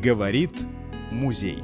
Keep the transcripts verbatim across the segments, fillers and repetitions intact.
Говорит музей.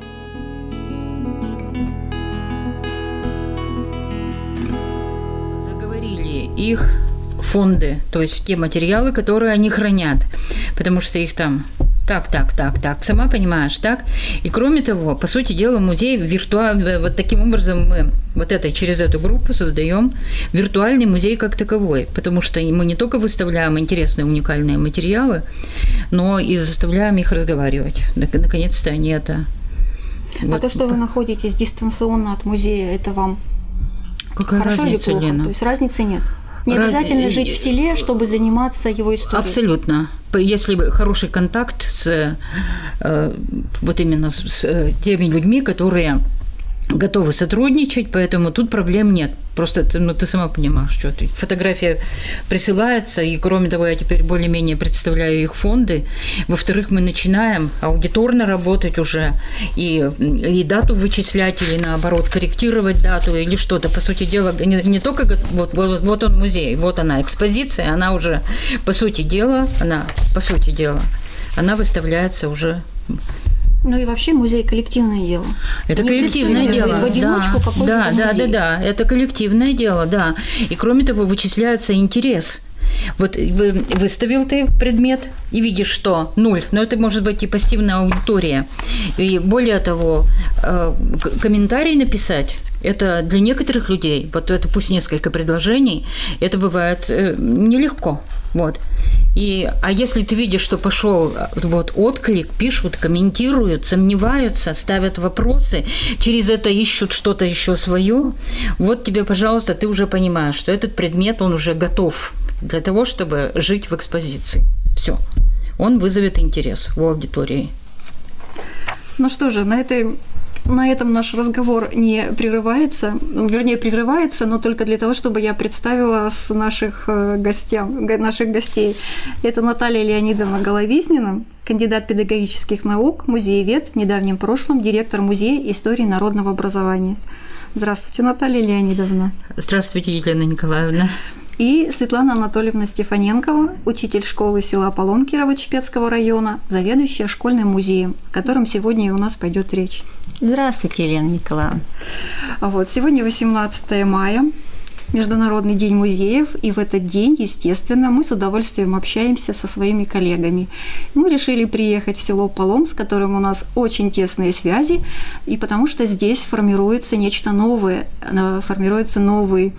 Заговорили их фонды, то есть те материалы, которые они хранят, потому что их там так, так, так, так, сама понимаешь, так? И кроме того, по сути дела, музей виртуальный, вот таким образом мы вот это, через эту группу создаем виртуальный музей как таковой, потому что мы не только выставляем интересные, уникальные материалы, но и заставляем их разговаривать. Наконец-то они это... А вот. То, что вы находитесь дистанционно от музея, это вам Какая хорошо разница, или плохо? Лена? То есть разницы нет? Не Раз... обязательно жить в селе, чтобы заниматься его историей? Абсолютно. Если хороший контакт с э, вот именно с, с теми людьми, которые готовы сотрудничать, поэтому тут проблем нет. Просто ну, ты сама понимаешь, что ты. Фотография присылается, и кроме того, я теперь более-менее представляю их фонды. Во-вторых, мы начинаем аудиторно работать уже, и, и дату вычислять, или наоборот, корректировать дату, или что-то. По сути дела, не, не только вот, вот, вот он музей, вот она экспозиция, она уже, по сути дела, она, по сути дела, она выставляется уже... Ну и вообще музей – коллективное дело. Это не коллективное дело. В одиночку да, какой-то да, да, музей. да, да, это коллективное дело, да. И кроме того, вычисляется интерес. Вот вы, выставил ты предмет и видишь, что нуль, но это может быть и пассивная аудитория. И более того, комментарий написать – это для некоторых людей, вот это пусть несколько предложений, это бывает нелегко. Вот. И, а если ты видишь, что пошел вот отклик, пишут, комментируют, сомневаются, ставят вопросы, через это ищут что-то еще свое, вот тебе, пожалуйста, ты уже понимаешь, что этот предмет, он уже готов для того, чтобы жить в экспозиции. Все. Он вызовет интерес у аудитории. Ну что же, на этой... На этом наш разговор не прерывается, вернее, прерывается, но только для того, чтобы я представила с наших, гостям, наших гостей. Это Наталья Леонидовна Головизнина, кандидат педагогических наук, музеевед, в недавнем прошлом директор Музея истории народного образования. Здравствуйте, Наталья Леонидовна. Здравствуйте, Елена Николаевна. И Светлана Анатольевна Стефаненкова, учитель школы села Полон Кирово-Чепецкого района, заведующая школьным музеем, о котором сегодня у нас пойдет речь. Здравствуйте, Елена Николаевна. Вот, сегодня восемнадцатое мая, Международный день музеев, и в этот день, естественно, мы с удовольствием общаемся со своими коллегами. Мы решили приехать в село Полон, с которым у нас очень тесные связи, и потому что здесь формируется нечто новое, формируется новый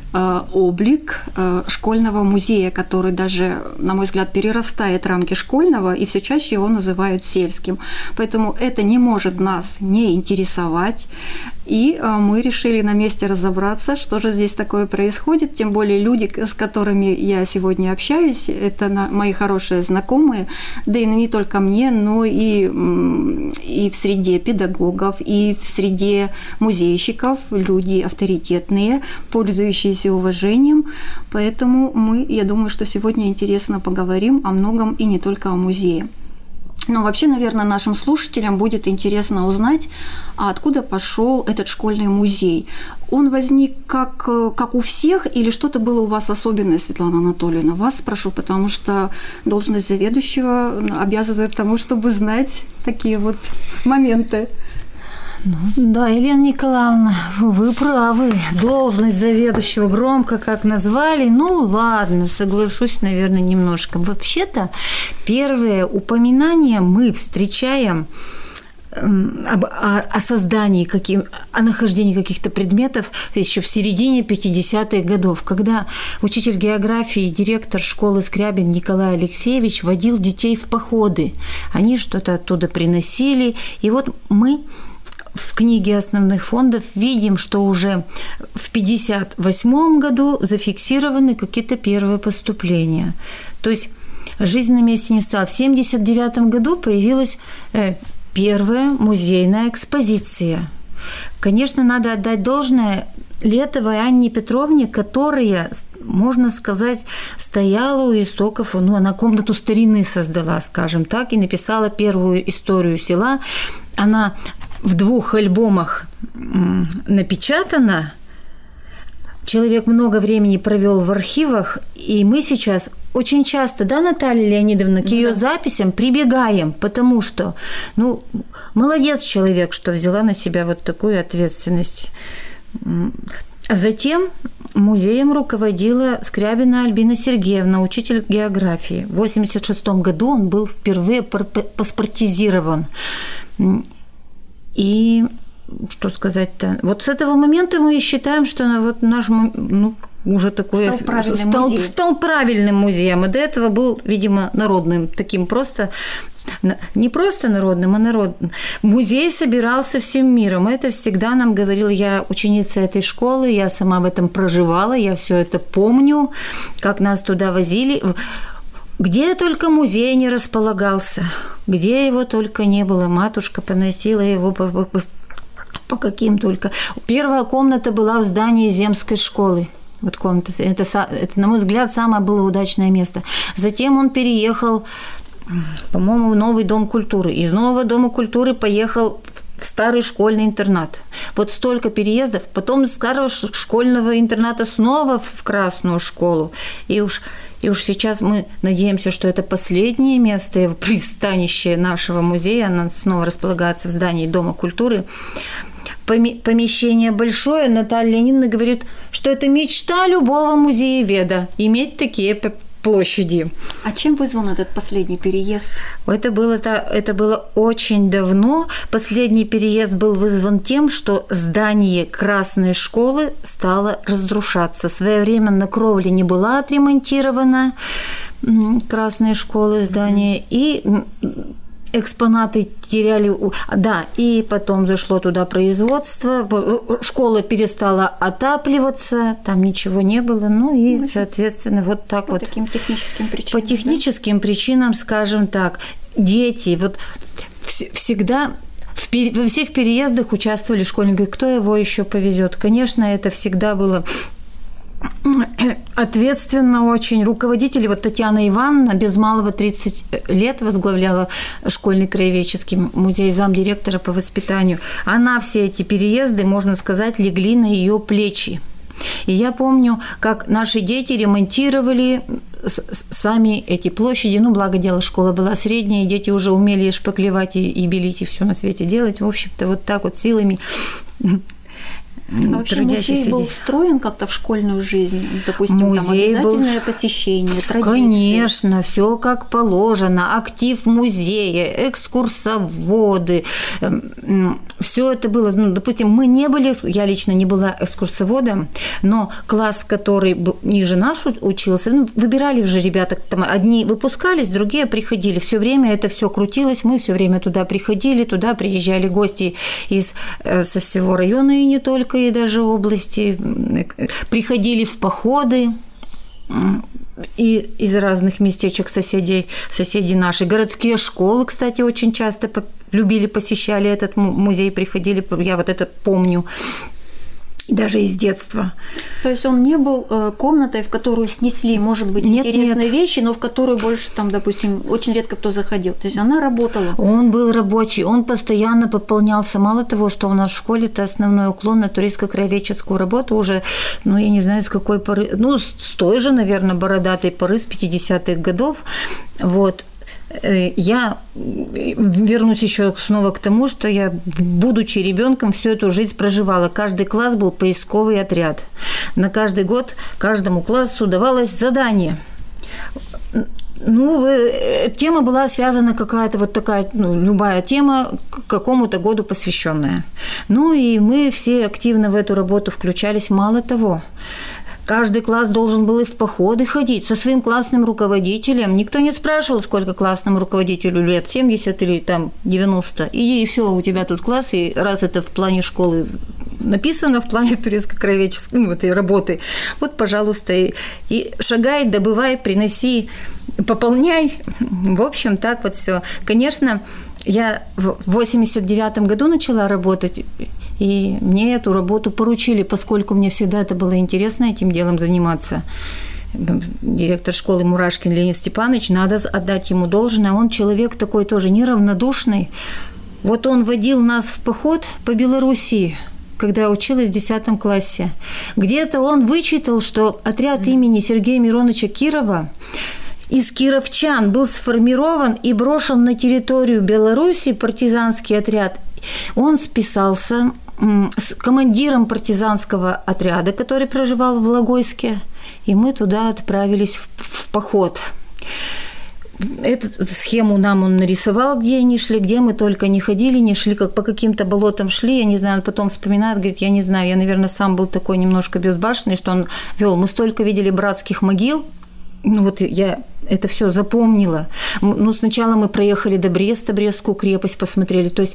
облик школьного музея, который даже, на мой взгляд, перерастает рамки школьного, и все чаще его называют сельским. Поэтому это не может нас не интересовать. И мы решили на месте разобраться, что же здесь такое происходит. Тем более люди, с которыми я сегодня общаюсь, это мои хорошие знакомые, да и не только мне, но и, и в среде педагогов, и в среде музейщиков, люди авторитетные, пользующиеся уважением. Поэтому мы, я думаю, что сегодня интересно поговорим о многом и не только о музее. Но вообще, наверное, нашим слушателям будет интересно узнать, а откуда пошел этот школьный музей. Он возник как, как у всех или что-то было у вас особенное, Светлана Анатольевна? Вас спрошу, потому что должность заведующего обязывает к тому, чтобы знать такие вот моменты. Ну, да, Елена Николаевна, вы правы. Должность заведующего громко как назвали. Ну, ладно, соглашусь, наверное, немножко. Вообще-то, первые упоминания мы встречаем об, о, о создании, каким, о нахождении каких-то предметов еще в середине пятидесятых годов, когда учитель географии, директор школы Скрябин Николай Алексеевич водил детей в походы. Они что-то оттуда приносили. И вот мы... в книге основных фондов видим, что уже в пятьдесят восьмом году зафиксированы какие-то первые поступления. То есть жизнь на месте не стала. В семьдесят девятом году появилась первая музейная экспозиция. Конечно, надо отдать должное Летовой Анне Петровне, которая, можно сказать, стояла у истоков, ну, она комнату старины создала, скажем так, и написала первую историю села. Она в двух альбомах напечатана. человек много времени провел в архивах, и мы сейчас очень часто, да, Наталья Леонидовна, к ее записям прибегаем, потому что, ну, молодец человек, что взяла на себя вот такую ответственность. А затем музеем руководила Скрябина Альбина Сергеевна, учитель географии. В восемьдесят шестом году он был впервые паспортизирован. И что сказать-то? Вот с этого момента мы считаем, что вот наш, ну, уже такой стал правильным, стал, музей. стал правильным музеем. И до этого был, видимо, народным, таким просто, не просто народным, а народным. Музей собирался всем миром. Это всегда нам говорил, я ученица этой школы, я сама в этом проживала, я все это помню, как нас туда возили. Где только музей не располагался, где его только не было, матушка поносила его по, по, по каким только. Первая комната была в здании земской школы. Вот комната, это, это, на мой взгляд, самое было удачное место. Затем он переехал, по-моему, в новый дом культуры. Из нового дома культуры поехал в старый школьный интернат. Вот столько переездов. Потом из старого школьного интерната снова в Красную школу. И уж И уж сейчас мы надеемся, что это последнее место, пристанище нашего музея. Оно снова располагается в здании Дома культуры. Помещение большое. Наталья Леонидовна говорит, что это мечта любого музееведа – иметь такие площади. А чем вызван этот последний переезд? Это было, это было очень давно. Последний переезд был вызван тем, что здание Красной школы стало разрушаться. Своевременно кровля не была отремонтирована, Красной школы здание, и экспонаты теряли... Да, и потом зашло туда производство, школа перестала отапливаться, там ничего не было, ну и, соответственно, вот так по вот. По таким техническим причинам. По техническим да? причинам, скажем так, дети, вот всегда... Во всех переездах участвовали школьники. Кто его еще повезет? Конечно, это всегда было ответственно очень. Руководители, вот Татьяна Ивановна, без малого тридцать лет возглавляла школьный краеведческий музей, замдиректора по воспитанию. Она все эти переезды, можно сказать, легли на ее плечи. И я помню, как наши дети ремонтировали сами эти площади. Ну, благо дело, школа была средняя, дети уже умели шпаклевать и, и белить, и все на свете делать. В общем-то, вот так вот силами. А вообще музей был встроен как-то в школьную жизнь? Допустим, музей там обязательное был... посещение, традиции? Конечно, все как положено. Актив музея, экскурсоводы. Все это было... Ну, допустим, мы не были... Я лично не была экскурсоводом, но класс, который ниже нас учился, ну, выбирали уже ребята. Там одни выпускались, другие приходили. Все время это все крутилось. Мы все время туда приходили, туда приезжали гости из, со всего района и не только, и даже области, приходили в походы и из разных местечек соседей, соседей наши. Городские школы, кстати, очень часто любили, посещали этот музей, приходили, я вот это помню. Даже из детства. То есть он не был комнатой, в которую снесли, может быть, нет, интересные нет. вещи, но в которую больше, там, допустим, очень редко кто заходил. То есть она работала. Он был рабочий, он постоянно пополнялся. Мало того, что у нас в школе-то основной уклон на туристско-краеведческую работу уже, ну, я не знаю, с какой поры, ну, с той же, наверное, бородатой поры, с пятидесятых годов. Вот. Я вернусь еще снова к тому, что я, будучи ребенком, всю эту жизнь проживала. Каждый класс был поисковый отряд. На каждый год каждому классу давалось задание. Ну, тема была связана какая-то вот такая, ну, любая тема, к какому-то году посвященная. Ну, и мы все активно в эту работу включались. Мало того, каждый класс должен был и в походы ходить со своим классным руководителем. Никто не спрашивал, сколько классному руководителю лет, семьдесят или там девяносто. Иди, и все, у тебя тут класс, и раз это в плане школы написано, в плане туристско-краеведческой, ну, этой работы, вот, пожалуйста, и, и шагай, добывай, приноси, пополняй. В общем, так вот все. Конечно, я в восемьдесят девятом году начала работать, и мне эту работу поручили, поскольку мне всегда это было интересно этим делом заниматься. Директор школы Мурашкин Леонид Степанович, надо отдать ему должное, он человек такой тоже неравнодушный. Вот он водил нас в поход по Белоруссии. когда я училась в десятом классе. Где-то он вычитал, что отряд имени Сергея Мироновича Кирова из кировчан был сформирован и брошен на территорию Беларуси партизанский отряд. Он списался с командиром партизанского отряда, который проживал в Логойске, и мы туда отправились в, в поход. Эту схему нам он нарисовал, где они шли, где мы только не ходили, не шли, как по каким-то болотам шли, я не знаю, он потом вспоминает, говорит, я не знаю, я, наверное, сам был такой немножко безбашенный, что он вел. Мы столько видели братских могил, ну вот я это все запомнила. Ну, сначала мы проехали до Бреста, Брестскую крепость посмотрели, то есть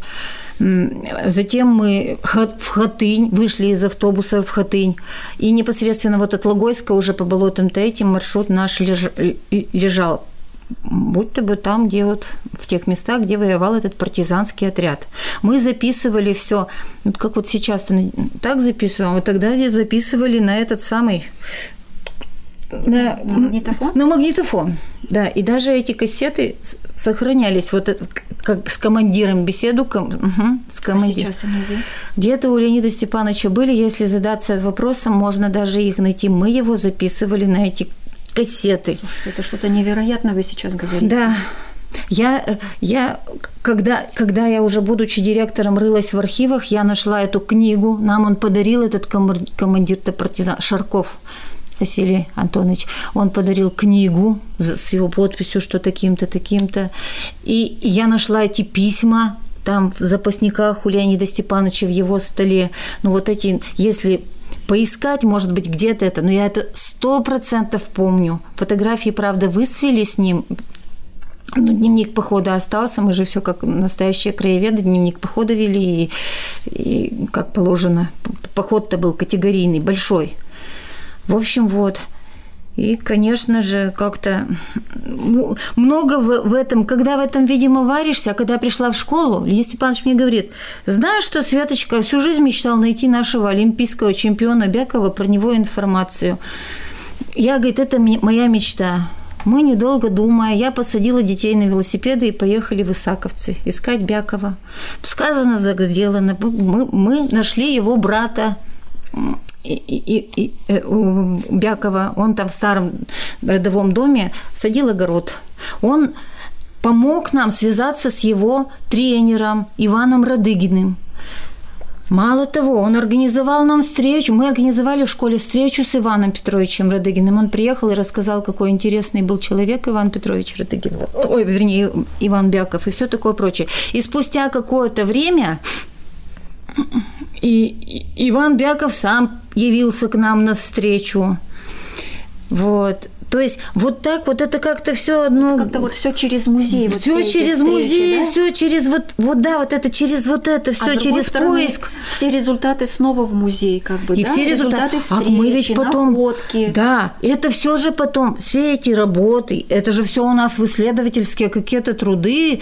затем мы в Хатынь, вышли из автобуса в Хатынь, и непосредственно вот от Логойска уже по болотам-то этим маршрут наш лежал. Будто бы там, где вот в тех местах, где воевал этот партизанский отряд. Мы записывали все, вот как вот сейчас так записываем, вот тогда записывали на этот самый на, на магнитофон. На магнитофон, да. И даже эти кассеты сохранялись. Вот это, как с командиром беседу, угу, с командиром. А сейчас они где? Где-то у Леонида Степановича были. Если задаться вопросом, можно даже их найти. Мы его записывали на эти кассеты. Слушайте, это что-то невероятное вы сейчас говорите. Да. Я, я когда, когда я уже, будучи директором, рылась в архивах, я нашла эту книгу. Нам он подарил, этот командир-то партизан, Шарков Василий Антонович. Он подарил книгу с его подписью, что таким-то, таким-то. И я нашла эти письма там в запасниках у Леонида Степановича в его столе. Ну вот эти, если поискать, может быть, где-то это, но я это сто процентов помню. Фотографии, правда, выцвели с ним. Ну, дневник похода остался, мы же все как настоящие краеведы, дневник похода вели, и, и как положено. Поход-то был категорийный, большой. В общем, вот. И, конечно же, как-то много в, в этом, когда в этом, видимо, варишься, а когда пришла в школу, Леонид Степанович мне говорит, знаешь что, Светочка, всю жизнь мечтал найти нашего олимпийского чемпиона Бякова, про него информацию. Я, говорит, это моя мечта. Мы, недолго думая, я посадила детей на велосипеды и поехали в Исаковцы искать Бякова. Сказано, так сделано. Мы, мы нашли его брата, И, и, и, и, Бякова, он там в старом родовом доме садил огород. Он помог нам связаться с его тренером Иваном Радыгиным. Мало того, он организовал нам встречу. Мы организовали в школе встречу с Иваном Петровичем Радыгиным. Он приехал и рассказал, какой интересный был человек Иван Петрович Радыгин. Ой, вернее, Иван Бяков и все такое прочее. И спустя какое-то время И Иван Бяков сам явился к нам навстречу. Вот. То есть вот так вот это как-то все одно. Как-то вот все через музей. Вот все через встречи, музей, да? все через вот, вот да, вот это через вот это, все а через стороны, поиск. Все результаты снова в музей, как бы, и да? все результаты, результаты встречи, а мы ведь потом, находки. Да, это все же потом, все эти работы, это же все у нас в исследовательские какие-то труды.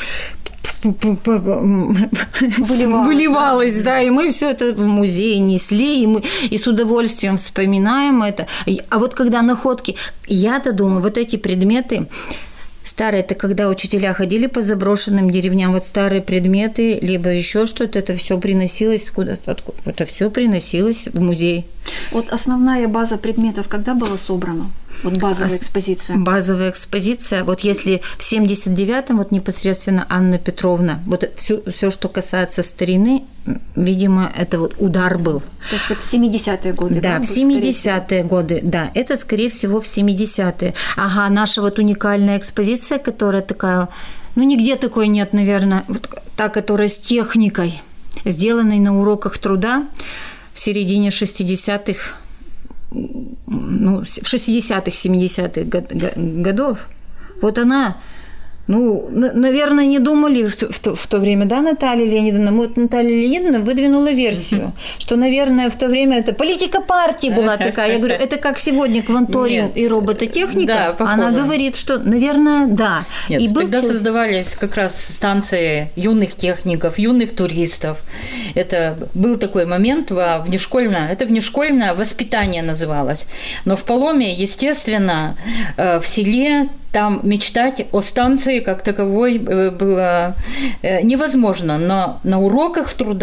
Выливалось, выливалось да. да, и мы все это в музей несли, и мы и с удовольствием вспоминаем это. А вот когда находки, я-то думаю, вот эти предметы старые, это когда учителя ходили по заброшенным деревням, вот старые предметы, либо еще что-то, это все приносилось куда-то, это все приносилось в музей. Вот основная база предметов когда была собрана? Вот базовая экспозиция. Базовая экспозиция. Вот если в семьдесят девятом вот непосредственно Анна Петровна, вот все, все, что касается старины, видимо, это вот удар был. То есть вот в семидесятые годы. Да, да в семидесятые годы, да. Это, скорее всего, в семидесятые. Ага, наша вот уникальная экспозиция, которая такая, ну, нигде такой нет, наверное, вот та, которая с техникой, сделанной на уроках труда в середине шестидесятых, ну, в шестидесятых, семидесятых годов, вот она, ну, наверное, не думали в то, в то время, да, Наталья Леонидовна? Вот Наталья Леонидовна выдвинула версию, uh-huh. что, наверное, в то время это политика партии была такая. Я говорю, это как сегодня кванториум Нет. и робототехника. Да, она говорит, что, наверное, да. Нет, и был тогда человек... создавались как раз станции юных техников, юных туристов. Это был такой момент внешкольное, это внешкольное воспитание называлось. Но в Поломе, естественно, в селе там мечтать о станции как таковой было невозможно, но на уроках труда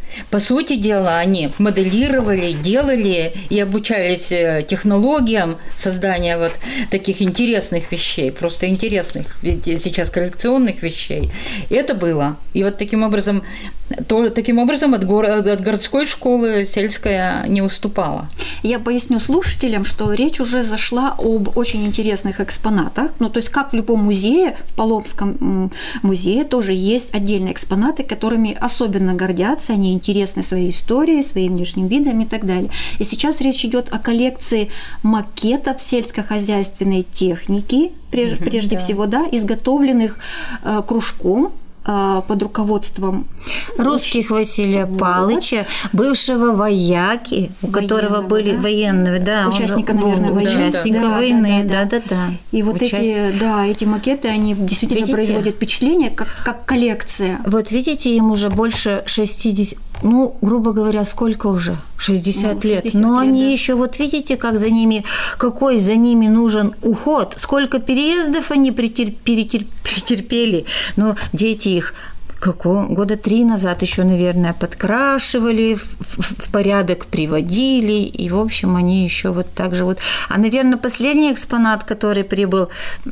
По сути дела, они моделировали, делали и обучались технологиям создания вот таких интересных вещей, просто интересных, ведь сейчас коллекционных вещей. Это было. И вот таким образом, то, таким образом от, гор, от городской школы сельская не уступала. Я поясню слушателям, что речь уже зашла об очень интересных экспонатах. Ну, то есть, как в любом музее, в Паломском музее тоже есть отдельные экспонаты, которыми особенно гордятся, они интересны своей историей, своим внешним видом и так далее. И сейчас речь идет о коллекции макетов сельскохозяйственной техники, прежде, mm-hmm, прежде да. всего, да, изготовленных э, кружком под руководством русских Василия вот. Павловича, бывшего вояки, у военного, которого были да? военные, да, участника, он, наверное, войны, участника да, войны, да, да, да. да, да. И вот Участ... эти, да, эти макеты, они действительно видите? производят впечатление, как, как коллекция. Вот видите, им уже больше шестьдесят, ну, грубо говоря, сколько уже? шестьдесят ну, лет. шестьдесят Но лет, они да. еще, вот видите, как за ними, какой за ними нужен уход, сколько переездов они претерп, претерп, претерпели. Но дети их какого? Года три назад еще, наверное, подкрашивали, в, в порядок приводили, и, в общем, они еще вот так же вот. А, наверное, последний экспонат, который прибыл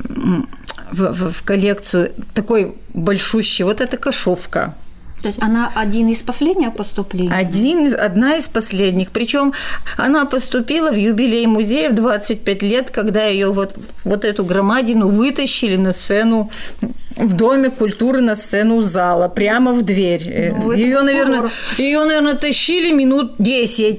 в, в, в коллекцию, такой большущий, вот эта кашовка. То есть она один из последних поступлений? Один, одна из последних. Причем она поступила в юбилей музея в двадцать пять лет, когда ее вот, вот эту громадину вытащили на сцену, в Доме культуры на сцену зала, прямо в дверь. Ну, ее, наверное, ее, наверное, тащили минут десять.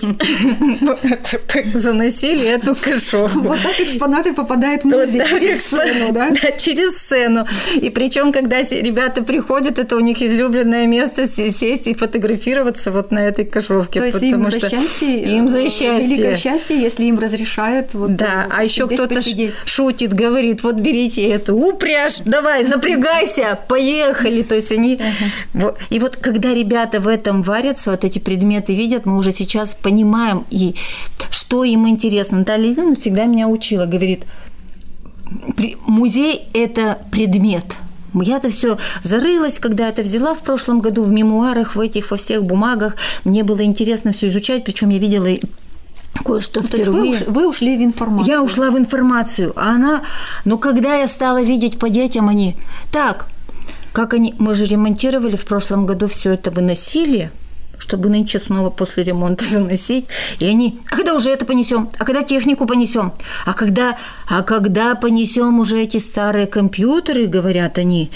Заносили эту кашовку. Вот так экспонаты попадают в музей через сцену, да? Да, через сцену. И причем, когда ребята приходят, это у них излюбленное место сесть и фотографироваться вот на этой кашовке. То есть им за счастье, им за счастье. Великое счастье, если им разрешают вот, да, вот, а еще кто-то посидеть. Шутит, говорит, вот берите эту упряжь, давай, запрягайся, поехали. То есть они... Uh-huh. И вот когда ребята в этом варятся, вот эти предметы видят, мы уже сейчас понимаем, и что им интересно. Наталья Ильина всегда меня учила, говорит, музей – это предмет. Я-то все зарылась, когда это взяла в прошлом году в мемуарах, в этих, во всех бумагах. Мне было интересно все изучать, причем я видела кое-что ну, впервые. То есть вы, вы ушли в информацию. Я ушла в информацию, а она... Но когда я стала видеть по детям, они... Так, как они... Мы же ремонтировали в прошлом году, все это выносили, чтобы нынче снова после ремонта заносить. И они, а когда уже это понесем? А когда технику понесем? А когда, а когда понесем уже эти старые компьютеры, говорят они,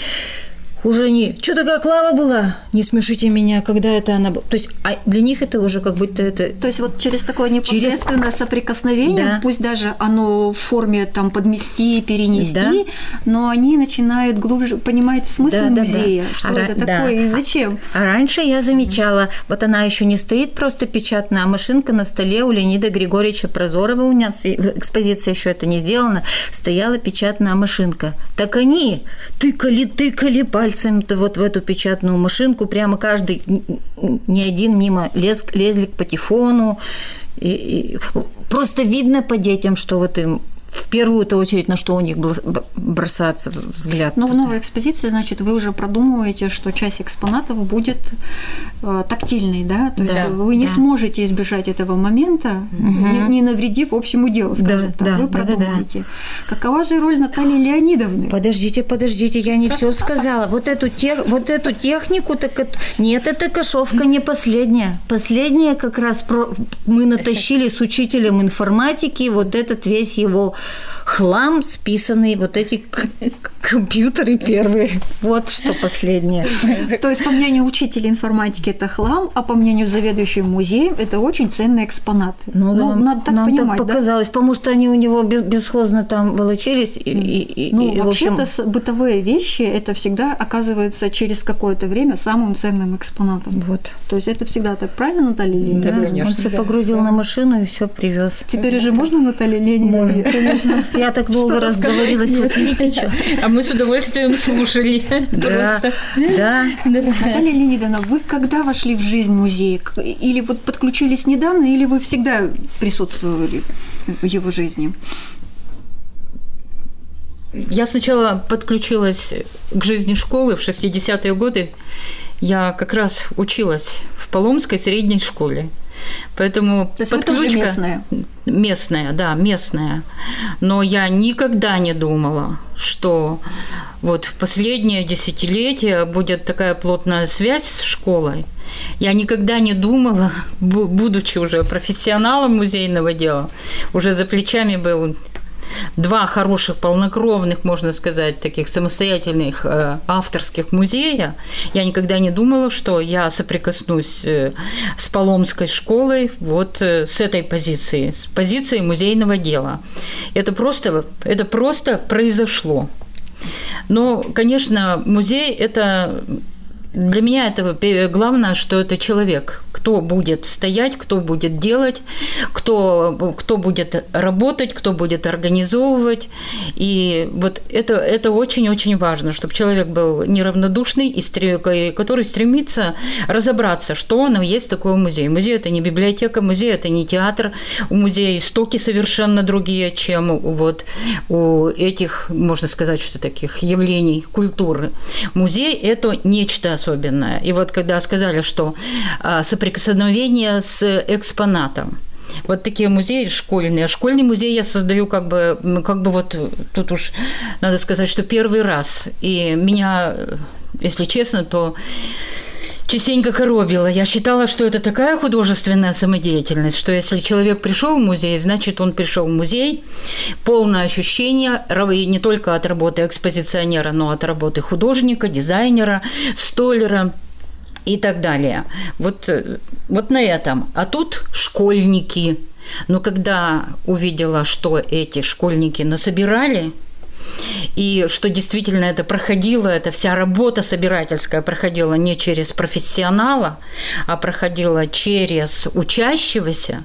уже не... Что такая Клава была? Не смешите меня, когда это она была. То есть а для них это уже как будто это... То есть вот через такое непосредственное через... соприкосновение, да. Пусть даже оно в форме там подмести, перенести, да. Но они начинают глубже понимать смысл да, музея, да, да. Что а это да. такое и зачем. А, а раньше я замечала, вот она еще не стоит просто печатная, а машинка на столе у Леонида Григорьевича Прозорова, у меня экспозиция еще это не сделана, стояла печатная машинка. Так они тыкали, тыкали пальцем вот в эту печатную машинку, прямо каждый, не один мимо лез, лезли к патефону. И, и просто видно по детям, что вот им в первую-то очередь, на что у них бросаться взгляд. Но в новой экспозиции, значит, вы уже продумываете, что часть экспонатов будет э, тактильной, да? То да, есть вы не да. сможете избежать этого момента, угу. не, не навредив общему делу, скажем да, так. Да, вы продумываете. Да, да. Какова же роль Натальи Леонидовны? Подождите, подождите, я не все сказала. Вот эту, тех, вот эту технику, так нет, эта кашовка не последняя. Последняя как раз про... мы натащили с учителем информатики вот этот весь его хлам, списанный, вот эти компьютеры первые. Вот что последнее. То есть, по мнению учителя информатики, это хлам, а по мнению заведующего музеем, это очень ценные экспонаты. Ну, ну нам, надо так нам понимать, так показалось, да? Потому что они у него бесхозно там волочились. И, и, ну, и, вообще-то общем... бытовые вещи, это всегда оказывается через какое-то время самым ценным экспонатом. Вот. То есть, это всегда так, правильно, Наталья Леонидовна? Да, конечно. Он все погрузил да. на машину и все привез. Теперь уже можно, Наталья Леонидовна? Можно. Я так долго разговорилась, вот видите, что. А мы с удовольствием слушали. Да, да. Наталья Леонидовна, вы когда вошли в жизнь музея? Или вот подключились недавно, или вы всегда присутствовали в его жизни? Я сначала подключилась к жизни школы в шестидесятые годы. Я как раз училась в Паломской средней школе. Поэтому То есть подключка это уже местная? Местная, да, местная. Но я никогда не думала, что вот в последнее десятилетие будет такая плотная связь с школой. Я никогда не думала, будучи уже профессионалом музейного дела, уже за плечами был два хороших, полнокровных, можно сказать, таких самостоятельных э, авторских музея, я никогда не думала, что я соприкоснусь э, с Паломской школой вот э, с этой позиции, с позиции музейного дела. Это просто, это просто произошло. Но, конечно, музей – это… Для меня это главное, что это человек, кто будет стоять, кто будет делать, кто, кто будет работать, кто будет организовывать. И вот это, это очень-очень важно, чтобы человек был неравнодушный, и который стремится разобраться, что он есть такой музей. Музей – это не библиотека, музей – это не театр, у музея истоки совершенно другие, чем вот у этих, можно сказать, что таких явлений культуры. Музей – это нечто особенное. И вот когда сказали, что соприкосновение с экспонатом, вот такие музеи школьные. Школьный музей я создаю как бы, как бы вот тут уж надо сказать, что первый раз. И меня, если честно, то частенько коробило. Я считала, что это такая художественная самодеятельность, что если человек пришел в музей, значит, он пришел в музей. Полное ощущение не только от работы экспозиционера, но от работы художника, дизайнера, столяра и так далее. Вот, вот на этом. А тут школьники. Но когда увидела, что эти школьники насобирали, и что действительно это проходило, эта вся работа собирательская проходила не через профессионала, а проходила через учащегося,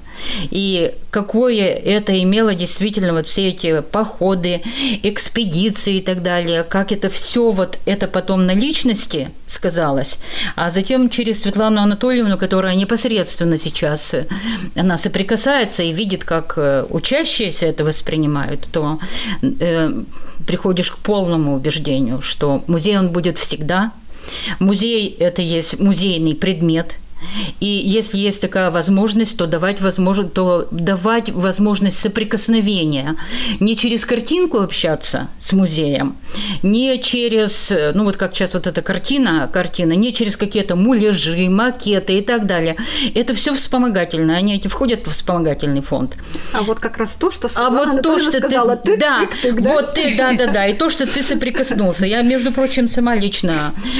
и какое это имело действительно вот все эти походы, экспедиции и так далее, как это все вот это потом на личности сказалось, а затем через Светлану Анатольевну, которая непосредственно сейчас она соприкасается и видит, как учащиеся это воспринимают, то э, приходишь к полному убеждению, что музей он будет всегда. Музей – это есть музейный предмет. И если есть такая возможность, то давать, возможность, то давать возможность соприкосновения. Не через картинку общаться с музеем, не через, ну вот как сейчас вот эта картина, картина, не через какие-то муляжи, макеты и так далее. Это все вспомогательно, они эти входят в вспомогательный фонд. А вот как раз то, что а вот то, что сказала, ты, тык, да, тык, тык, да? Вот ты, да, да, да, и то, что ты соприкоснулся. Я, между прочим, сама лично,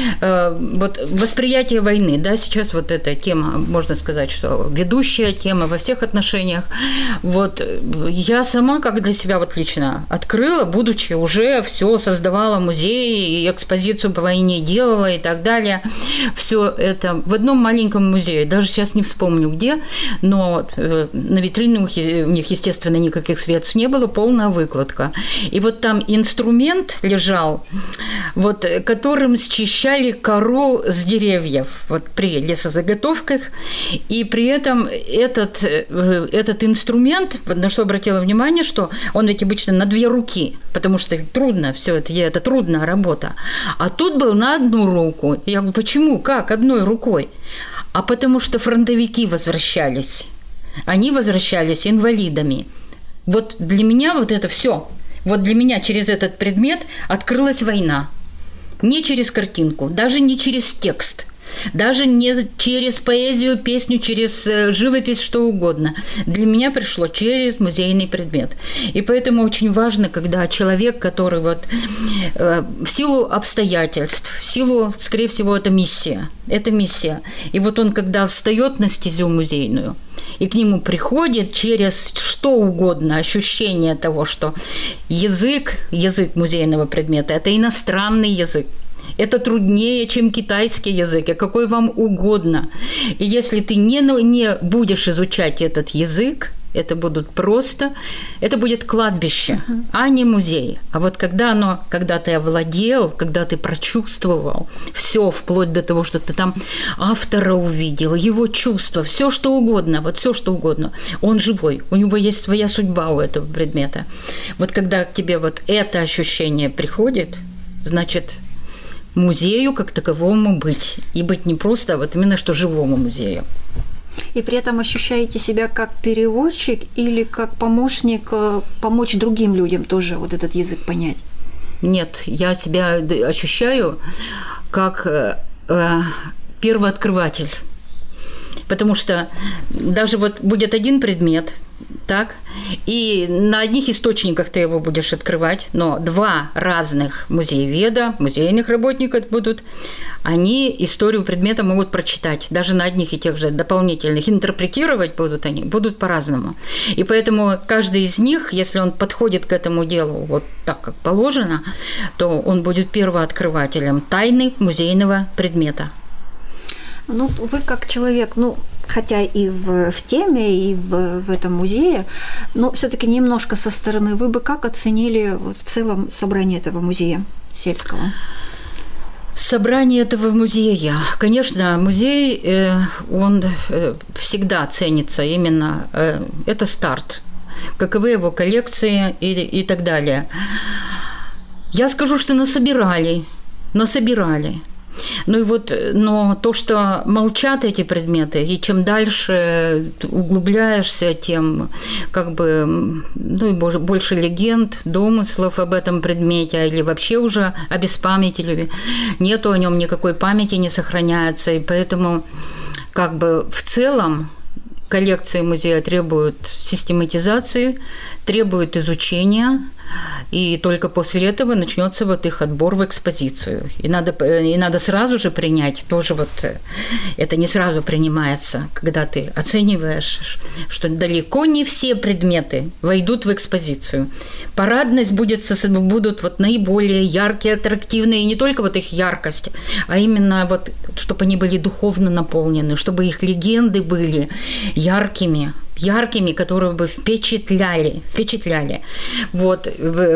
э, вот восприятие войны, да, сейчас вот это тема, можно сказать, что ведущая тема во всех отношениях. Вот я сама как для себя вот лично открыла, будучи уже все создавала музей, и экспозицию по войне делала и так далее. Все это в одном маленьком музее. Даже сейчас не вспомню где, но на витрине у них, естественно, никаких средств не было, полная выкладка. И вот там инструмент лежал, вот, которым счищали кору с деревьев вот, при лесозаготовках. И при этом этот, этот инструмент, на что обратила внимание, что он ведь обычно на две руки, потому что трудно все это, это трудная работа. А тут был на одну руку. Я говорю, почему, как, одной рукой? А потому что фронтовики возвращались. Они возвращались инвалидами. Вот для меня вот это все. Вот для меня через этот предмет открылась война. Не через картинку, даже не через текст. Даже не через поэзию, песню, через живопись, что угодно. Для меня пришло через музейный предмет. И поэтому очень важно, когда человек, который вот э, в силу обстоятельств, в силу, скорее всего, это миссия. Это миссия. И вот он, когда встает на стезю музейную, и к нему приходит через что угодно ощущение того, что язык, язык музейного предмета – это иностранный язык. Это труднее, чем китайский язык, и какой вам угодно. И если ты не, не будешь изучать этот язык, это будут просто, это будет кладбище, uh-huh. а не музей. А вот когда оно, когда ты овладел, когда ты прочувствовал все, вплоть до того, что ты там автора увидел, его чувства, все что угодно, вот все что угодно, он живой, у него есть своя судьба у этого предмета. Вот когда к тебе вот это ощущение приходит, значит, музею как таковому быть. И быть не просто, а вот именно что живому музею. И при этом ощущаете себя как переводчик или как помощник помочь другим людям тоже вот этот язык понять? Нет, я себя ощущаю как э, первооткрыватель. Потому что даже вот будет один предмет, так, и на одних источниках ты его будешь открывать, но два разных музееведа, музейных работников будут, они историю предмета могут прочитать, даже на одних и тех же дополнительных, интерпретировать будут они, будут по-разному. И поэтому каждый из них, если он подходит к этому делу вот так, как положено, то он будет первооткрывателем тайны музейного предмета. Ну, вы как человек, ну, хотя и в, в теме, и в, в этом музее, но все-таки немножко со стороны, вы бы как оценили вот в целом собрание этого музея сельского? Собрание этого музея. Конечно, музей, он всегда ценится именно, это старт, каковы его коллекции и, и так далее. Я скажу, что насобирали, насобирали. Ну и вот, но то, что молчат эти предметы, и чем дальше углубляешься, тем как бы, ну и больше легенд, домыслов об этом предмете, или вообще уже обеспамятили, нету о нем никакой памяти, не сохраняется, и поэтому как бы в целом коллекции музея требуют систематизации, требуют изучения, и только после этого начнется вот их отбор в экспозицию. И надо, и надо сразу же принять, тоже вот это не сразу принимается, когда ты оцениваешь, что далеко не все предметы войдут в экспозицию. Парадность будет, будут вот наиболее яркие, аттрактивные, и не только вот их яркость, а именно вот, чтобы они были духовно наполнены, чтобы их легенды были яркими, яркими, которые бы впечатляли, впечатляли. Вот.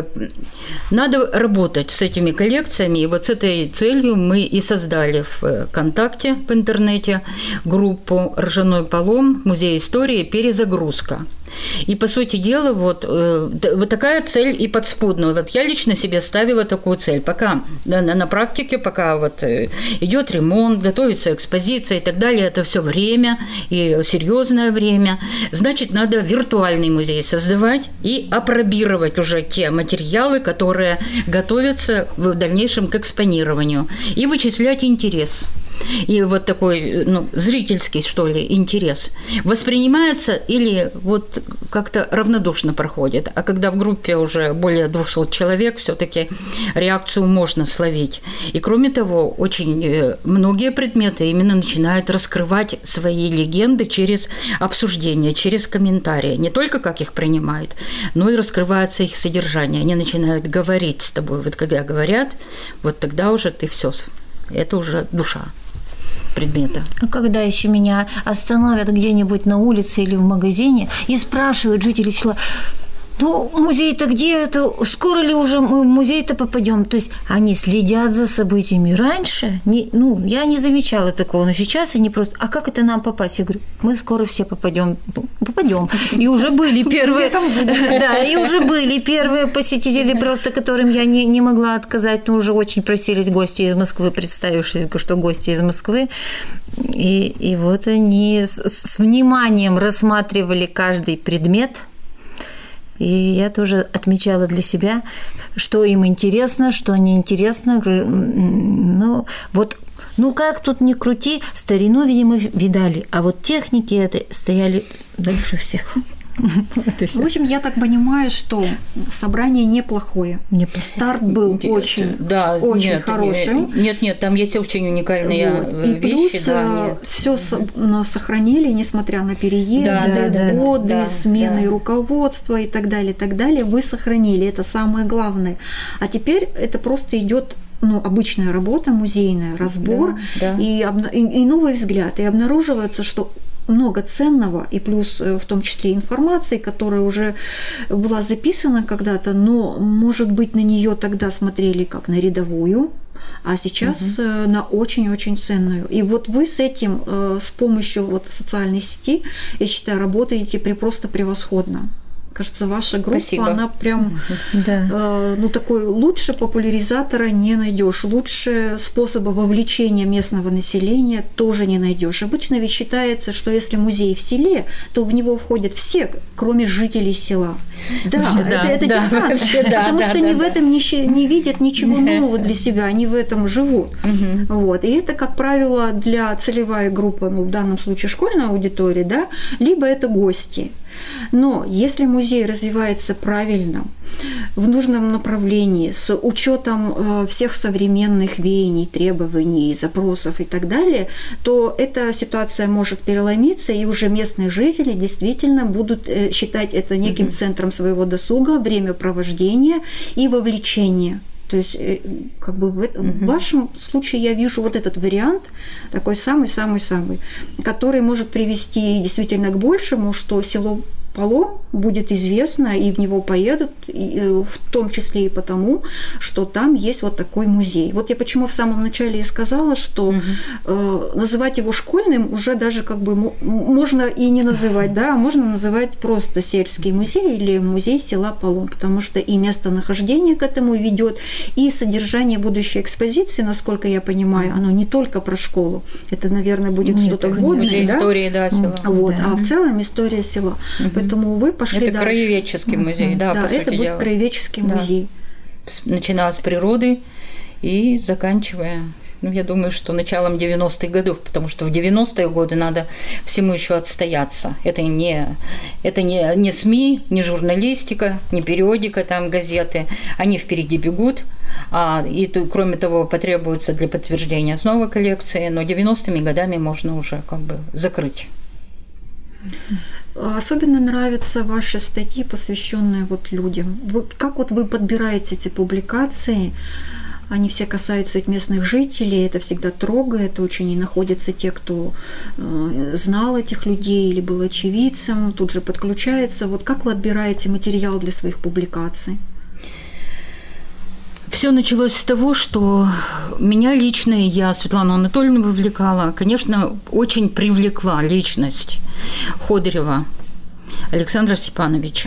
Надо работать с этими коллекциями, и вот с этой целью мы и создали в ВКонтакте, в интернете, группу «Ржаной полом. Музей истории. Перезагрузка». И, по сути дела, вот, вот такая цель и подспудная. Вот я лично себе ставила такую цель. Пока на, на практике, пока вот идет ремонт, готовится экспозиция и так далее, это все время и серьезное время. Значит, надо виртуальный музей создавать и апробировать уже те материалы, которые готовятся в дальнейшем к экспонированию, и вычислять интерес. И вот такой, ну, зрительский, что ли, интерес воспринимается или вот как-то равнодушно проходит. А когда в группе уже более двухсот человек, все-таки реакцию можно словить. И кроме того, очень многие предметы именно начинают раскрывать свои легенды через обсуждение, через комментарии. Не только как их принимают, но и раскрывается их содержание. Они начинают говорить с тобой. Вот когда говорят, вот тогда уже ты все, это уже душа предмета. А когда еще меня остановят где-нибудь на улице или в магазине и спрашивают жители села: ну, музей-то где это? Скоро ли уже мы в музей-то попадем? То есть они следят за событиями раньше. Не, ну, я не замечала такого, но сейчас они просто: а как это нам попасть? Я говорю: мы скоро все попадем. Попадем. И уже были первые. Да, и уже были первые посетители, просто которым я не, не могла отказать, но уже очень просились гости из Москвы, представившись, что гости из Москвы. И, и вот они с, с вниманием рассматривали каждый предмет. И я тоже отмечала для себя, что им интересно, что неинтересно. Ну, вот, ну как тут ни крути, старину, видимо, видали, а вот техники этой стояли дальше всех. В общем, я так понимаю, что собрание неплохое. неплохое. Старт был нет, очень, да, очень нет, хороший. Нет, нет, там есть очень уникальные вот. И вещи. Плюс да, все сохранили, несмотря на переезды, да, да, годы, да, смены да. руководства и так далее, и так далее. Вы сохранили, это самое главное. А теперь это просто идет, ну, обычная работа музейная, разбор да, да. И, и, и новый взгляд. И обнаруживается, что много ценного, и плюс в том числе информации, которая уже была записана когда-то, но, может быть, на нее тогда смотрели как на рядовую, а сейчас угу. на очень-очень ценную. И вот вы с этим, с помощью вот социальной сети, я считаю, работаете при просто превосходно. Кажется, ваша группа, Спасибо. она прям, Да. э, ну, такой лучше популяризатора не найдешь, лучше способа вовлечения местного населения тоже не найдешь. Обычно ведь считается, что если музей в селе, то в него входят все, кроме жителей села. Да, Да, это, это да, дистанция, вообще, да, потому да, что да, они да. в этом не, щи- не видят ничего нового для себя, они в этом живут. Вот. И это, как правило, для целевая группа, ну, в данном случае школьная аудитория, да, либо это гости. Но если музей развивается правильно, в нужном направлении, с учетом э, всех современных веяний, требований, запросов и так далее, то эта ситуация может переломиться, и уже местные жители действительно будут э, считать это неким mm-hmm. центром своего досуга, времяпровождения и вовлечения. То есть, как бы в, mm-hmm. в вашем случае я вижу вот этот вариант, такой самый-самый-самый, который может привести действительно к большему, что село Полом будет известно, и в него поедут, и, в том числе и потому, что там есть вот такой музей. Вот я почему в самом начале и сказала, что угу. э, называть его школьным уже даже как бы можно и не называть, да, можно называть просто сельский музей или музей села Полом, потому что и местонахождение к этому ведет, и содержание будущей экспозиции, насколько я понимаю, оно не только про школу, это, наверное, будет Нет, что-то вводное, да? Истории, да, села. Вот, да. А в целом история села. Угу. Поэтому вы пошли это дальше. краеведческий музей, да, да, по сути это будет дела. краеведческий да. музей. Начиная с природы и заканчивая, ну, я думаю, что началом девяностых годов, потому что в девяностые годы надо всему еще отстояться. Это не, это не, не СМИ, не журналистика, не периодика, там газеты. Они впереди бегут, а, и кроме того потребуется для подтверждения снова коллекции, но девяностыми годами можно уже как бы закрыть. Особенно нравятся ваши статьи, посвященные вот людям. Вы, как вот вы подбираете эти публикации? Они все касаются местных жителей, это всегда трогает очень, и находятся те, кто э, знал этих людей или был очевидцем, тут же подключается. Вот как вы отбираете материал для своих публикаций? Все началось с того, что меня лично, я Светлану Анатольевну вовлекала, конечно, очень привлекла личность Ходырева Александра Степановича.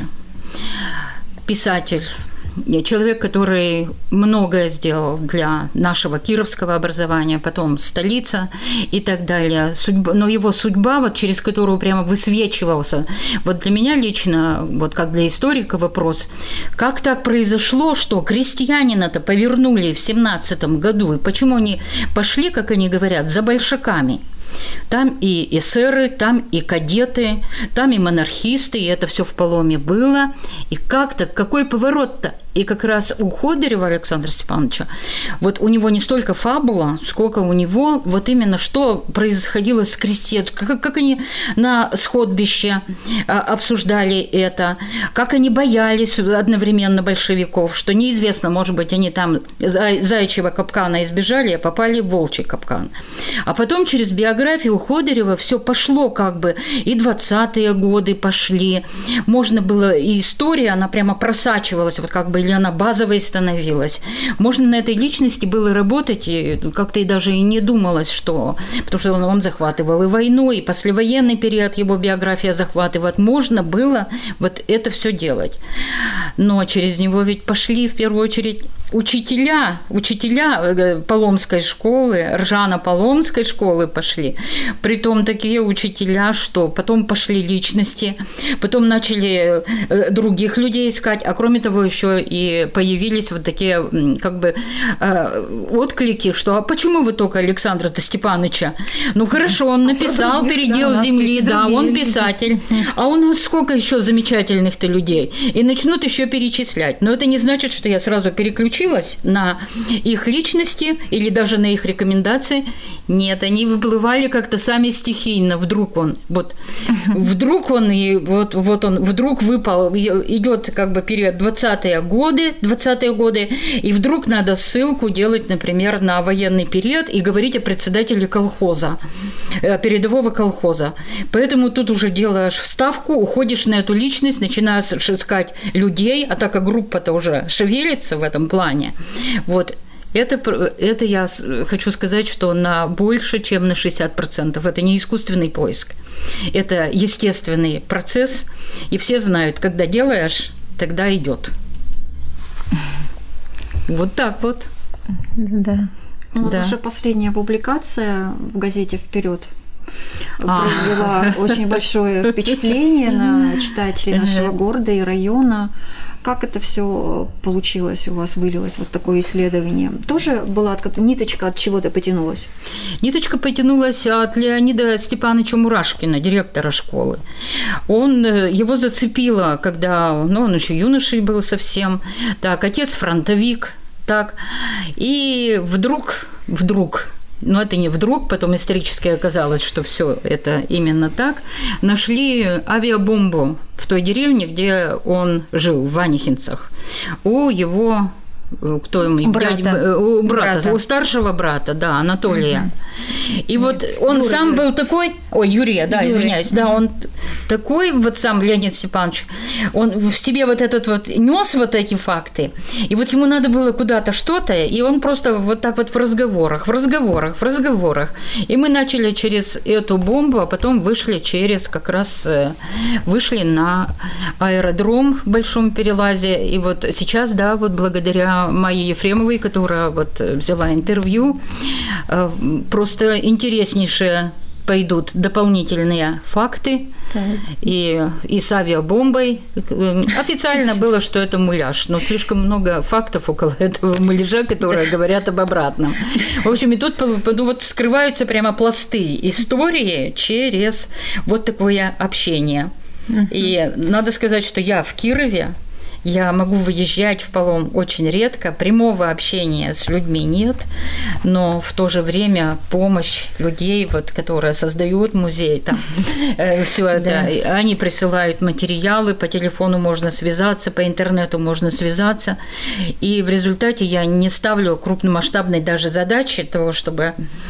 Писатель, человек, который многое сделал для нашего кировского образования, потом столица и так далее. Судьба, но его судьба, вот через которую прямо высвечивался, вот для меня лично, вот как для историка вопрос, как так произошло, что крестьянина-то повернули в семнадцатом году, и почему они пошли, как они говорят, за большаками? Там и эсеры, там и кадеты, там и монархисты, и это все в Поломе было. И как-то, какой поворот-то? И как раз у Ходырева Александра Степановича, вот у него не столько фабула, сколько у него вот именно что происходило с крестьянами, как, как они на сходбище обсуждали это, как они боялись одновременно большевиков, что неизвестно, может быть, они там заячьего капкана избежали, а попали в волчий капкан. А потом через биографию Ходырева все пошло как бы, и двадцатые годы пошли, можно было, и история, она прямо просачивалась, вот как бы или она базовой становилась. Можно на этой личности было работать, и как-то и даже и не думалось, что... Потому что он, он захватывал и войну, и послевоенный период его биография захватывает. Можно было вот это все делать. Но через него ведь пошли в первую очередь учителя, учителя Поломской школы, Ржано-Поломской школы пошли. Притом такие учителя, что потом пошли личности, потом начали других людей искать, а кроме того еще и появились вот такие как бы отклики, что а почему вы только Александра-то Степановича? Ну хорошо, он написал других, «Передел да, земли», да, он писатель, а у нас сколько еще замечательных-то людей? И начнут еще перечислять. Но это не значит, что я сразу переключилась на их личности или даже на их рекомендации. Нет, они выплывали как-то сами стихийно. Вдруг он, вот, вдруг он, и вот, вот он, вдруг выпал, идет как бы период двадцатые годы, двадцатые годы, и вдруг надо ссылку делать, например, на военный период и говорить о председателе колхоза, передового колхоза. Поэтому тут уже делаешь вставку, уходишь на эту личность, начинаешь искать людей, а так как группа-то уже шевелится в этом плане, вот, Это, это я хочу сказать, что на больше, чем на шестьдесят процентов. Это не искусственный поиск. Это естественный процесс. И все знают, когда делаешь, тогда идет. Вот так вот. Да. Ну, да. Ваша последняя публикация в газете «Вперед» произвела очень большое впечатление на читателей нашего города и района. Как это все получилось у вас, вылилось, вот такое исследование? Тоже была как ниточка от чего-то потянулась? Ниточка потянулась от Леонида Степановича Мурашкина, директора школы. Он, его зацепило, когда, ну, он еще юношей был совсем, так, отец фронтовик, так, и вдруг, вдруг, но это не вдруг, потом исторически оказалось, что все это именно так, нашли авиабомбу в той деревне, где он жил, в Ванихинцах, у его... Кто ему? Брата. Дядя, у брата, брата, у старшего брата, да, Анатолия. Угу. И вот он Юрий, сам был такой, ой, Юрия, да, Юрий. извиняюсь, да, он такой вот сам Леонид Степанович, он в себе вот этот вот нес вот эти факты, и вот ему надо было куда-то что-то, и он просто вот так вот в разговорах, в разговорах, в разговорах, и мы начали через эту бомбу, а потом вышли через как раз, вышли на аэродром в Большом Перелазе, и вот сейчас, да, вот благодаря Майе Ефремовой, которая вот взяла интервью, просто интереснейшие пойдут дополнительные факты. Так. И, и с авиабомбой. Официально было, что это муляж, но слишком много фактов около этого муляжа, которые говорят об обратном. В общем, и тут ну, вот вскрываются прямо пласты истории через вот такое общение. И надо сказать, что я в Кирове, я могу выезжать в Полом очень редко, прямого общения с людьми нет, но в то же время помощь людей, вот, которые создают музей, там, э, все это, да. Они присылают материалы, по телефону можно связаться, по интернету можно связаться, и в результате я не ставлю крупномасштабной даже задачи того, чтобы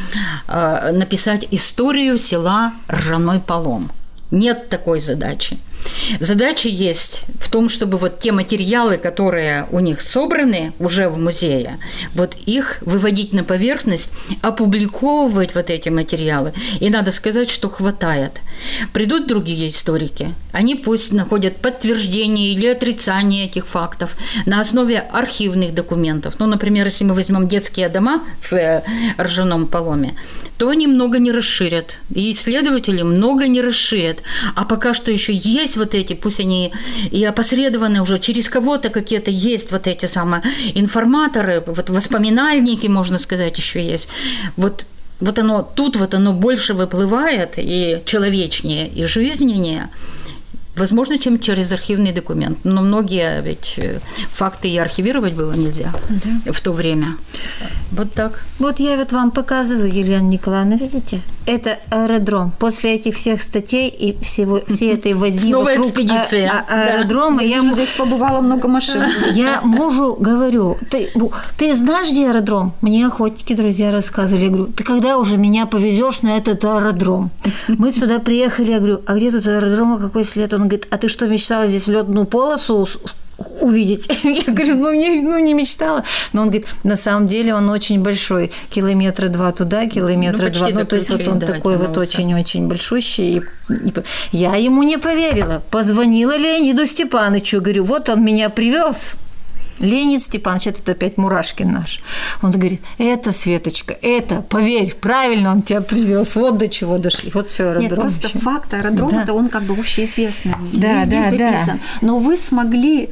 э, написать историю села Ржаной Полом. Нет такой задачи. Задача есть в том, чтобы вот те материалы, которые у них собраны уже в музее, вот их выводить на поверхность, опубликовывать вот эти материалы. И надо сказать, что хватает. Придут другие историки, они пусть находят подтверждение или отрицание этих фактов на основе архивных документов. Ну, например, если мы возьмем детские дома в Ржаном Поломе, то они много не расширят, и исследователи много не расширят. А пока что еще есть вот эти, пусть они и опосредованы уже через кого-то какие-то есть вот эти самые информаторы, вот воспоминальники, можно сказать, еще есть. Вот, вот оно тут вот оно больше выплывает и человечнее, и жизненнее. Возможно, чем через архивный документ. Но многие ведь факты и архивировать было нельзя да. в то время. Вот так. Вот я вот вам показываю, Елена Николаевна, видите? Это аэродром. После этих всех статей и всего, всей этой возни Снова вокруг экспедиция. А- а- аэродрома. Да. Я я здесь побывала много машин. Я мужу говорю, ты, ты знаешь, где аэродром? Мне охотники, друзья, рассказывали. Я говорю, ты когда уже меня повезешь на этот аэродром? Мы сюда приехали, я говорю, а где тут аэродром, а какой след? Он говорит, а ты что, мечтала здесь в лётную полосу увидеть? Я говорю, ну не, ну не мечтала. Но он говорит, на самом деле он очень большой. Километра два туда, километра ну, два. Ну, то есть вот он да, такой вот очень-очень большущий. И, и, я ему не поверила. Позвонила Леониду Степановичу. Говорю, вот он меня привез. Леонид Степанович, это опять Мурашкин наш. Он говорит, это, Светочка, это, поверь, правильно он тебя привез, вот до чего дошли, вот все аэродром. Нет, просто еще. факт аэродрома, да. он как бы общеизвестный, да, везде да, записан. Да. Но вы смогли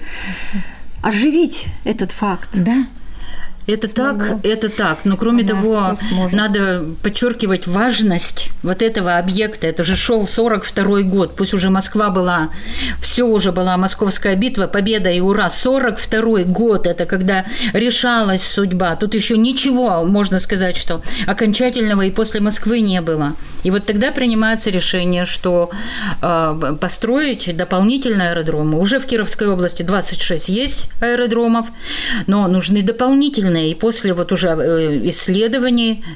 оживить этот факт. Да. Это так, это так. Но кроме того, надо подчеркивать важность вот этого объекта. Это же шел сорок второй год. Пусть уже Москва была, все уже была Московская битва, победа и ура. сорок второй год, это когда решалась судьба. Тут еще ничего, можно сказать, что окончательного и после Москвы не было. И вот тогда принимается решение, что э, построить дополнительные аэродромы. Уже в Кировской области двадцать шесть есть аэродромов, но нужны дополнительные доказанное, и после вот уже исследований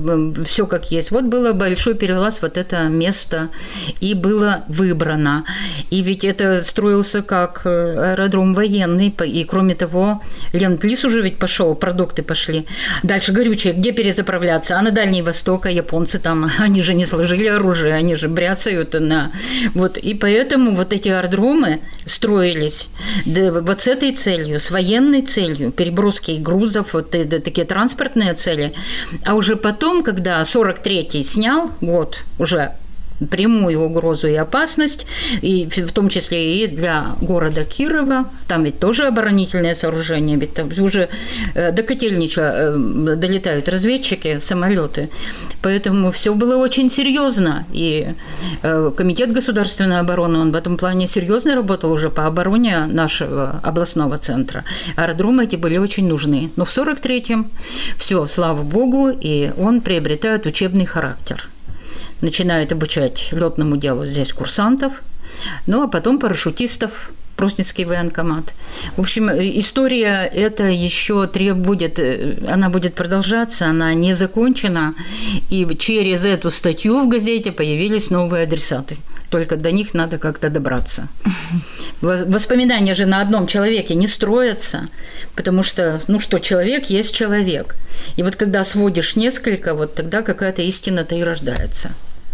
все как есть. Вот было большой перелаз, вот это место и было выбрано. И ведь это строился как аэродром военный, и кроме того, ленд-лиз уже ведь пошел, продукты пошли. Дальше горючее, где перезаправляться? А на Дальний Восток, а японцы там, они же не сложили оружие, они же бряцают на... Вот, и поэтому вот эти аэродромы строились вот с этой целью, с военной целью, переброски грузов, вот такие транспортные цели. А уже потом, когда сорок третий снял год, уже прямую угрозу и опасность, и в том числе и для города Кирова, там ведь тоже оборонительное сооружение, ведь там уже до Котельнича долетают разведчики, самолеты, поэтому все было очень серьезно, и Комитет государственной обороны, он в этом плане серьезно работал уже по обороне нашего областного центра. Аэродромы эти были очень нужны, но в сорок третьем все, слава богу, и он приобретает учебный характер. Начинает обучать лётному делу здесь курсантов, ну а потом парашютистов, Просненский военкомат. В общем, история эта еще требует, она будет продолжаться, она не закончена, и через эту статью в газете появились новые адресаты. Только до них надо как-то добраться. Воспоминания же на одном человеке не строятся, потому что, ну что, человек есть человек. И вот когда сводишь несколько, вот тогда какая-то истина-то и рождается.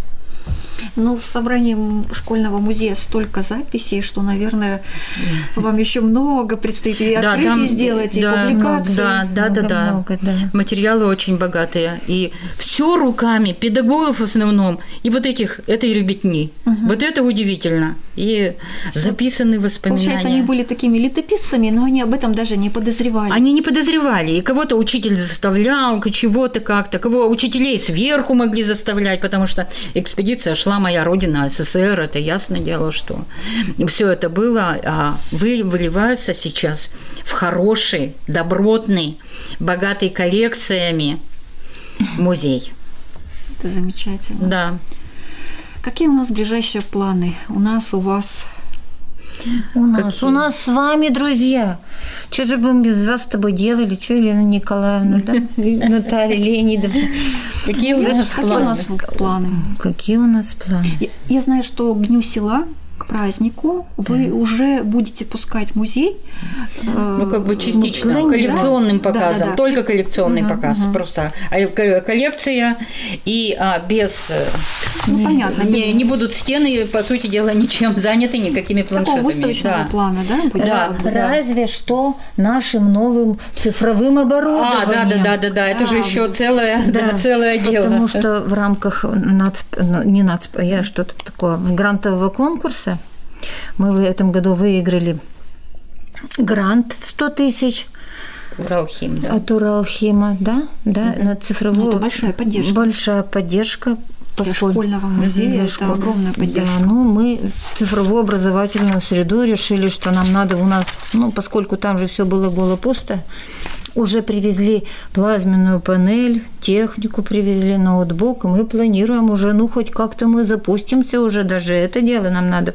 Ну, в собрании школьного музея столько записей, что, наверное, вам еще много предстоит и да, открытий там, сделать, и да, публикации. Да, да, много, да, много, да. Материалы очень богатые. И все руками педагогов в основном, и вот этих, этой ребятни. Угу. Вот это удивительно. И записаны воспоминания. Получается, они были такими летописцами, но они об этом даже не подозревали. Они не подозревали. И кого-то учитель заставлял, чего-то как-то, кого учителей сверху могли заставлять, потому что экспедиция шла моя родина, СССР, это ясно дело, что все это было, а вы выливается сейчас в хороший, добротный, богатый коллекциями музей. Это замечательно. Да. Какие у нас ближайшие планы? У нас, у вас? У нас, Какие? у нас с вами, друзья. Что же бы мы без вас с тобой делали? Что, Елена Николаевна, да? Наталья Леонидовна. Какие у нас планы? Какие у нас планы? Я знаю, что к Дню села, к празднику, вы да. уже будете пускать в музей. Ну, как бы частично, ну, коллекционным да? показом, да, да, да. только коллекционный угу, показ, угу. просто коллекция, и а, без... Ну, не, понятно. Не, не будут стены, по сути дела, ничем заняты, никакими планшетами. Такого выставочного да. плана, да? Будет? Да, да? Разве что нашим новым цифровым оборудованием. А, да, да, да, да, да, это а, же еще целое, да, да, целое дело. Потому что в рамках нацп... не нацп... я что-то такое, грантового конкурса мы в этом году выиграли грант в сто тысяч. Уралхим, да. От Уралхима, да, да, mm-hmm. на цифровую. Ну, это большая поддержка. Большая поддержка. Для школьного музея это школ... огромная поддержка. Да, ну, мы цифровую образовательную среду решили, что нам надо у нас, ну, поскольку там же все было голо-пусто, уже привезли плазменную панель, технику привезли, ноутбук, и мы планируем уже, ну, хоть как-то мы запустимся уже, даже это дело нам надо...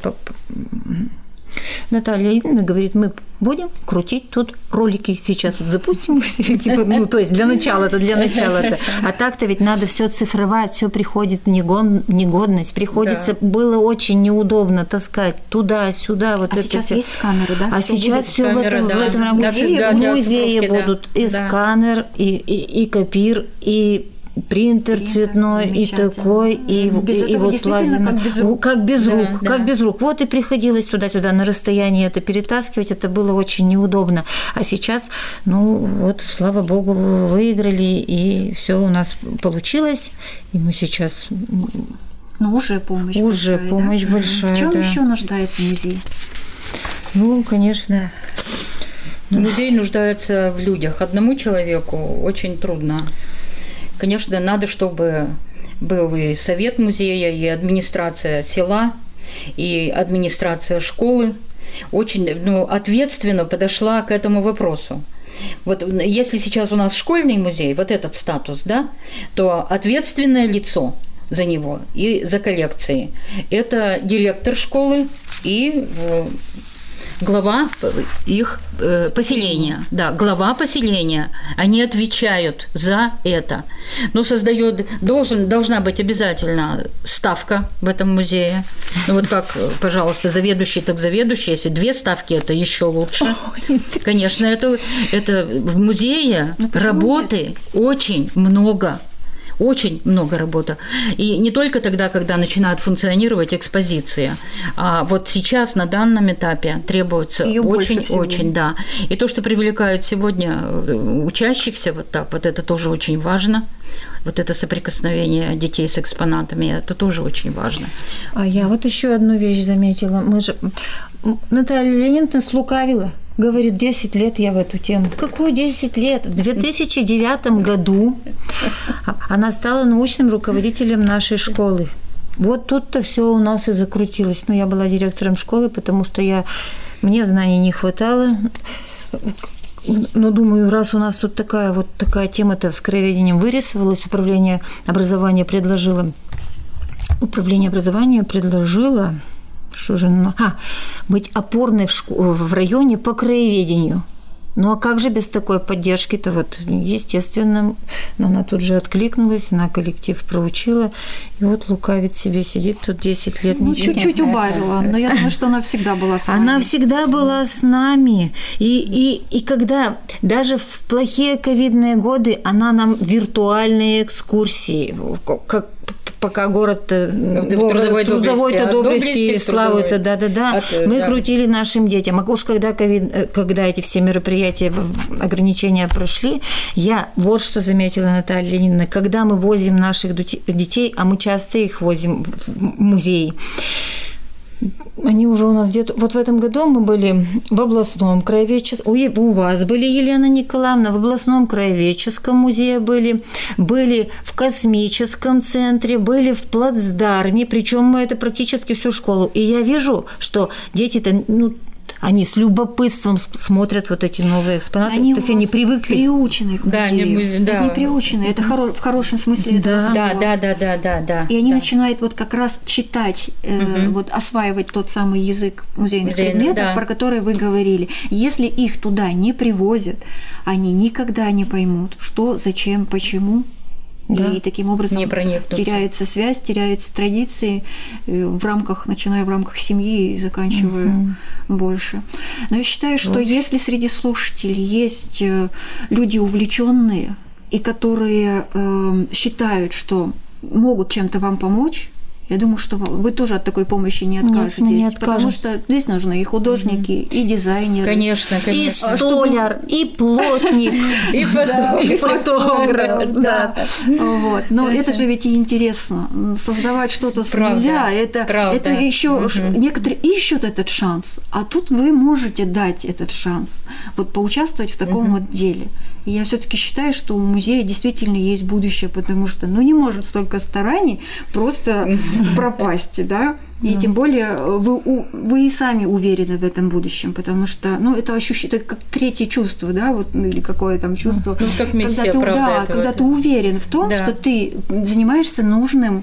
Наталья Леонидовна говорит, мы будем крутить тут ролики сейчас, вот запустим, типа, ну, то есть для начала, это для начала-то. А так-то ведь надо все цифровать, все приходит негод, негодность, приходится, да. было очень неудобно таскать туда-сюда, вот а это сейчас все. Есть сканеры, да? А все сейчас все в этом, да. в этом музее, да, в музее будут да. и да. сканер, и, и, и копир, и принтер, принтер цветной, и такой, и, без и, и вот плазменный. Как без рук. Как без рук, да, как да. без рук. Вот и приходилось туда-сюда на расстоянии это перетаскивать, это было очень неудобно. А сейчас, ну вот, слава богу, выиграли, и все у нас получилось, и мы сейчас... Но уже помощь уже большая, помощь да? большая, В чем да. еще нуждается музей? Ну, конечно... Музей нуждается в людях. Одному человеку очень трудно. Конечно, надо, чтобы был и совет музея, и администрация села, и администрация школы очень ну, ответственно подошла к этому вопросу. Вот если сейчас у нас школьный музей, вот этот статус, да, то ответственное лицо за него и за коллекции – это директор школы и глава их э, поселения. Да, глава поселения. Они отвечают за это. Но создает, должен, должна быть обязательно ставка в этом музее. Ну, вот как, пожалуйста, заведующий, так заведующий. Если две ставки, это еще лучше. Конечно, это, это в музее работы очень много. Очень много работы. И не только тогда, когда начинают функционировать экспозиции, а вот сейчас на данном этапе требуется очень-очень, да. И то, что привлекают сегодня учащихся вот так, вот это тоже очень важно. Вот это соприкосновение детей с экспонатами, это тоже очень важно. А я вот еще одну вещь заметила. Мы же... Наталья Леонидовна слукавила. Говорит, десять лет я в эту тему. Какую десять лет? В две тысячи девятом году она стала научным руководителем нашей школы. Вот тут-то все у нас и закрутилось. Ну, я была директором школы, потому что я... мне знаний не хватало. Но думаю, раз у нас тут такая вот такая тема-то с краеведением вырисовалась, управление образования предложило... Управление образования предложило... Что же, ну, а, быть опорной в, школ- в районе по краеведению. Ну а как же без такой поддержки-то? Вот, естественно, она тут же откликнулась, она коллектив проучила, и вот лукавит себе, сидит тут десять лет. Ну, чуть-чуть убавила, но я думаю, что она всегда была с нами. Она всегда была с нами. И, и, и когда даже в плохие ковидные годы она нам виртуальные экскурсии, как пока город-то трудовой, трудовой-то доблести и славы-то, да-да-да, мы да. крутили нашим детям. А уж когда, ковид, когда эти все мероприятия, ограничения прошли, я вот что заметила, Наталья Леонидовна, когда мы возим наших детей, а мы часто их возим в музей, они уже у нас где-то... Вот в этом году мы были в областном краеведческом... У вас были, Елена Николаевна, в областном краеведческом музее были, были в космическом центре, были в плацдарме, причем мы это практически всю школу. И я вижу, что дети-то... Ну, они с любопытством смотрят вот эти новые экспонаты. Они То есть они привыкли. Приучены к музею. Да, они, музе... да. они приучены. Это хоро... в хорошем смысле этого да. слова. Да, да, да, да, да. И они да. начинают вот как раз читать, э, угу. вот осваивать тот самый язык музейных Музейный, предметов, да. про который вы говорили. Если их туда не привозят, они никогда не поймут, что, зачем, почему. Да. И таким образом теряется связь, теряются традиции в рамках, начиная в рамках семьи и заканчивая угу. больше. Но я считаю, что больше. Если среди слушателей есть люди увлеченные и которые э, считают, что могут чем-то вам помочь, я думаю, что вы тоже от такой помощи не откажетесь. Нет, не потому что здесь нужны и художники, mm-hmm. и дизайнеры. Конечно, конечно. И столяр, и плотник, и фотограф. Да. Вот. Но это же ведь и интересно. Создавать что-то с нуля, это еще некоторые ищут этот шанс, а тут вы можете дать этот шанс, вот поучаствовать в таком вот деле. И я все-таки считаю, что у музея действительно есть будущее, потому что, ну, не может столько стараний просто пропасть, да. И тем более вы, вы и сами уверены в этом будущем, потому что, ну, это ощущение, это как третье чувство, да, вот, или какое там чувство. Ну, как миссия, когда ты, правда, да, когда ты уверен в том, да. что ты занимаешься нужным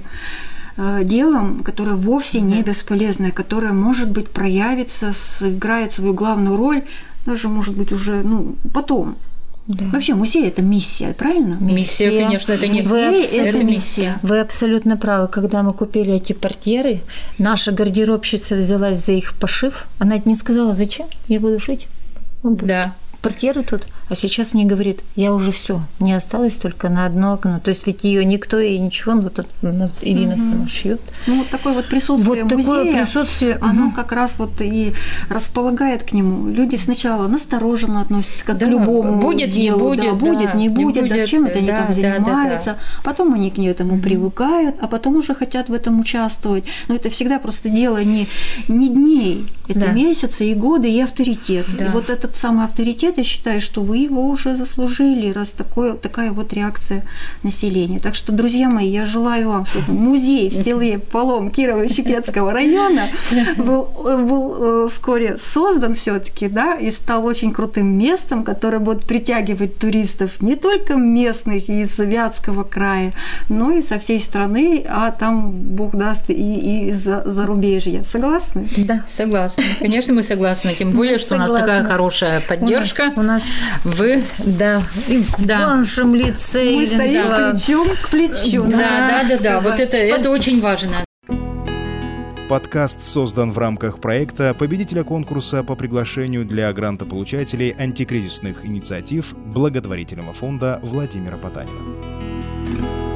делом, которое вовсе не бесполезное, которое, может быть, проявится, сыграет свою главную роль, даже, может быть, уже, ну, потом. Да. Вообще музей – это миссия, правильно? Миссия, миссия конечно, это не музей, это, это миссия. Вы абсолютно правы. Когда мы купили эти портьеры, наша гардеробщица взялась за их пошив. Она не сказала, зачем я буду шить. Да. Портьеры тут. А сейчас мне говорит, я уже все, не осталось только на одно окно. То есть ведь ее никто и ничего, ну, вот Ирина угу. сама шьет. Ну, вот такое вот присутствие вот музея, такое присутствие, оно угу. как раз вот и располагает к нему. Люди сначала настороженно относятся как да, к любому будет, делу. Не будет, да, будет, да, не будет, не будет, да, чем это они да, там занимаются. Да, да, да. Потом они к этому угу. привыкают, а потом уже хотят в этом участвовать. Но это всегда просто дело не, не дней, это да. месяцы и годы, и авторитет. Да. И вот этот самый авторитет, я считаю, что вы вы его уже заслужили, раз такое, такая вот реакция населения. Так что, друзья мои, я желаю вам, чтобы музей в селе Полом Кирово-Чепецкого района был, был вскоре создан все-таки, да, и стал очень крутым местом, которое будет притягивать туристов не только местных из Вятского края, но и со всей страны, а там, Бог даст, и, и из-за зарубежья. Согласны? Да, согласна. Конечно, мы согласны. Тем более, что согласны. У нас такая хорошая поддержка. У нас, вы, да, да. в вашем лице. Мы Елена стоим Николаевна. плечом к плечу. Да, да, да, да. Вот это, это очень важно. Подкаст создан в рамках проекта победителя конкурса по приглашению для грантополучателей антикризисных инициатив благотворительного фонда Владимира Потанина.